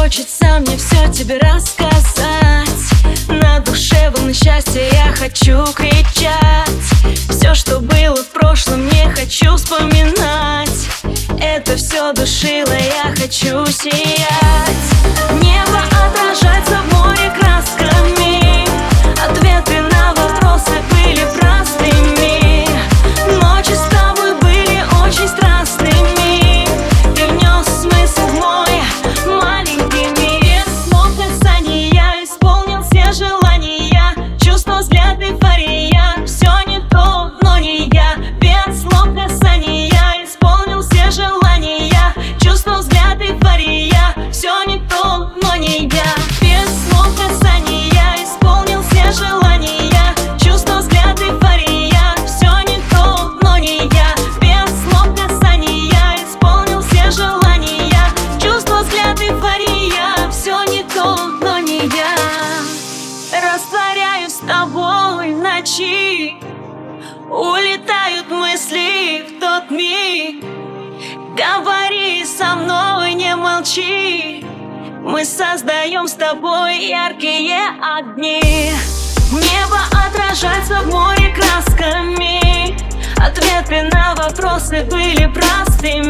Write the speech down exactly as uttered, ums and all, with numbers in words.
Хочется мне все тебе рассказать. На душе волны счастья, я хочу кричать. Все, что было в прошлом, не хочу вспоминать. Это все душило, я хочу сиять. Небо отражается в море красками. Ответы на вопросы были простыми. Ночи с тобой были очень страстными. Ты внес смысл в мой маленький мир. Слов касаний я исполнил все желания. Чувство, взгляд, эйфория. Все не то, но не я. Без слов касаний я исполнил все желания. Чувство, взгляд, эйфория. Все не то, но не я. Без слов касаний я исполнил все желания. Чувство, взгляд, эйфория. Все не то, но не я. Без слов касаний я исполнил все желания. Чувство, взгляд, эйфория. Все не то, но не я. Растворяюсь с тобой в ночи. Улетают мысли в тот миг. Говори со мной, не молчи. Мы создаем с тобой яркие огни. Небо отражается в море красками. Ответы на вопросы были простыми.